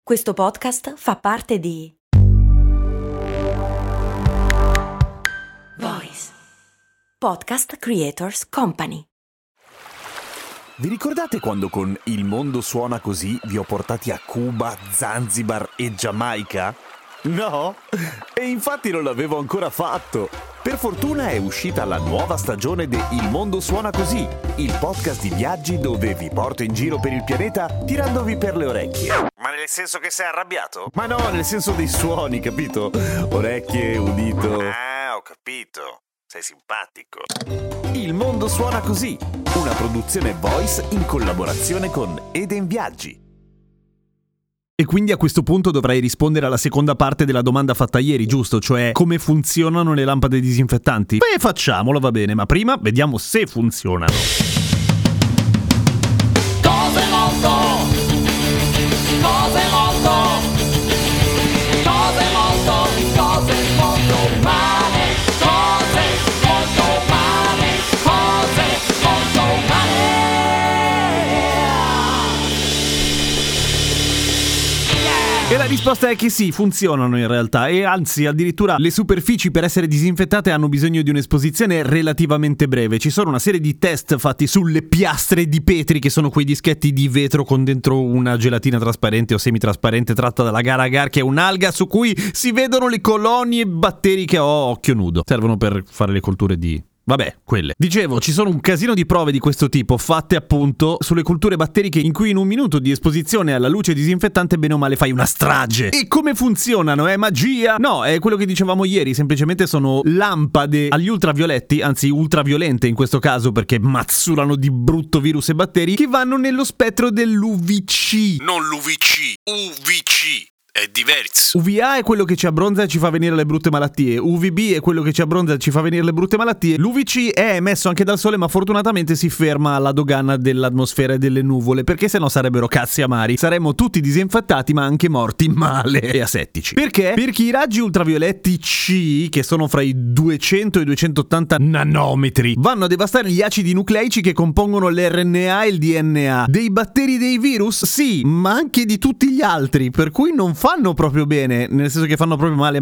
Questo podcast fa parte di Voice Podcast Creators Company. Vi ricordate quando con Il mondo suona così vi ho portati a Cuba, Zanzibar e Giamaica? No? E infatti non l'avevo ancora fatto. Per fortuna è uscita la nuova stagione di Il mondo suona così, il podcast di viaggi dove vi porto in giro per il pianeta tirandovi per le orecchie. Ma nel senso che sei arrabbiato? Ma no, nel senso dei suoni, capito? Orecchie, udito. Ah, ho capito. Sei simpatico. Il mondo suona così, una produzione Voice in collaborazione con Eden Viaggi. E quindi a questo punto dovrai rispondere alla seconda parte della domanda fatta ieri, giusto? Cioè, come funzionano le lampade disinfettanti? Beh, facciamolo, va bene, ma prima vediamo se funzionano. Cose molto umane, E la risposta è che sì, funzionano in realtà, e anzi addirittura le superfici per essere disinfettate hanno bisogno di un'esposizione relativamente breve. Ci sono una serie di test fatti sulle piastre di Petri, che sono quei dischetti di vetro con dentro una gelatina trasparente o semitrasparente tratta dalla agar, che è un'alga su cui si vedono le colonie batteriche a occhio nudo. Servono per fare le colture di... Vabbè, quelle. Dicevo, ci sono un casino di prove di questo tipo, fatte appunto sulle culture batteriche, in cui in un minuto di esposizione alla luce disinfettante bene o male fai una strage. E come funzionano? È magia? No, è quello che dicevamo ieri, semplicemente sono lampade agli ultravioletti, anzi ultraviolente in questo caso perché mazzulano di brutto virus e batteri, che vanno nello spettro dell'UVC. Non l'UVC, UVC. È diverso. UVA è quello che ci abbronza e ci fa venire le brutte malattie. UVB è quello che ci abbronza e ci fa venire le brutte malattie. L'UVC è emesso anche dal sole, ma fortunatamente si ferma alla dogana dell'atmosfera e delle nuvole, perché sennò sarebbero cazzi amari. Saremmo tutti disinfettati ma anche morti male e asettici. Perché? Perché i raggi ultravioletti C, che sono fra i 200 e i 280 nanometri, vanno a devastare gli acidi nucleici che compongono l'RNA e il DNA. Dei batteri, dei virus? Sì, ma anche di tutti gli altri, per cui non fanno proprio bene, nel senso che fanno proprio male.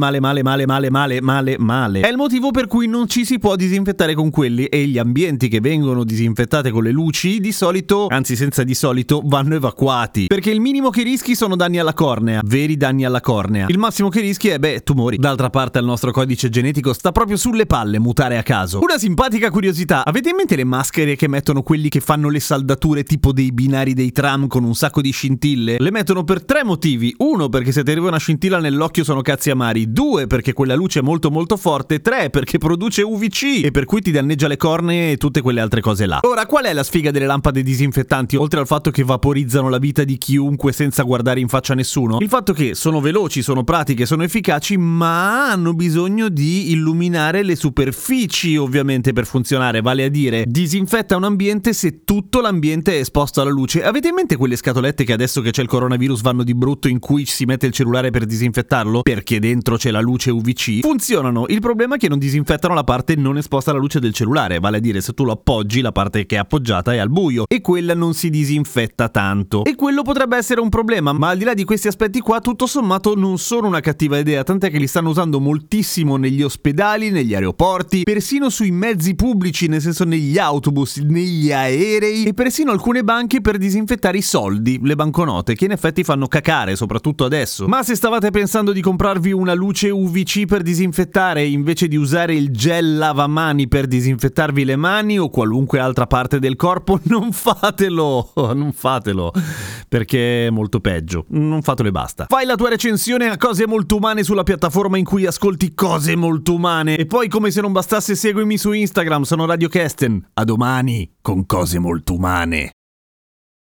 È il motivo per cui non ci si può disinfettare con quelli, e gli ambienti che vengono disinfettate con le luci di solito, anzi senza di solito, vanno evacuati, perché il minimo che rischi sono danni alla cornea, veri danni alla cornea. Il massimo che rischi è, tumori. D'altra parte il nostro codice genetico sta proprio sulle palle mutare a caso. Una simpatica curiosità: avete in mente le maschere che mettono quelli che fanno le saldature tipo dei binari dei tram con un sacco di scintille? Le mettono per 3 motivi. 1, perché se ti arriva una scintilla nell'occhio sono cazzi amari. 2, perché quella luce è molto molto forte. 3, perché produce UVC e per cui ti danneggia le cornee e tutte quelle altre cose là. Ora, qual è la sfiga delle lampade disinfettanti, oltre al fatto che vaporizzano la vita di chiunque senza guardare in faccia a nessuno? Il fatto che sono veloci, sono pratiche, sono efficaci, ma hanno bisogno di illuminare le superfici, ovviamente, per funzionare. Vale a dire, disinfetta un ambiente se tutto l'ambiente è esposto alla luce. Avete in mente quelle scatolette che adesso che c'è il coronavirus vanno di brutto, in cui si mette il cellulare per disinfettarlo perché dentro c'è la luce UVC? Funzionano. Il problema è che non disinfettano la parte non esposta alla luce del cellulare, vale a dire, se tu lo appoggi, la parte che è appoggiata è al buio e quella non si disinfetta tanto, e quello potrebbe essere un problema. Ma al di là di questi aspetti qua, tutto sommato non sono una cattiva idea, tant'è che li stanno usando moltissimo negli ospedali, negli aeroporti, persino sui mezzi pubblici, nel senso negli autobus, negli aerei, e persino alcune banche per disinfettare i soldi, le banconote, che in effetti fanno cacare, soprattutto adesso. Ma se stavate pensando di comprarvi una luce UVC per disinfettare invece di usare il gel lavamani per disinfettarvi le mani o qualunque altra parte del corpo, non fatelo, perché è molto peggio. Non fatelo e basta. Fai la tua recensione a Cose Molto Umane sulla piattaforma in cui ascolti Cose Molto Umane, e poi, come se non bastasse, seguimi su Instagram, sono Radio Kesten. A domani con Cose Molto Umane.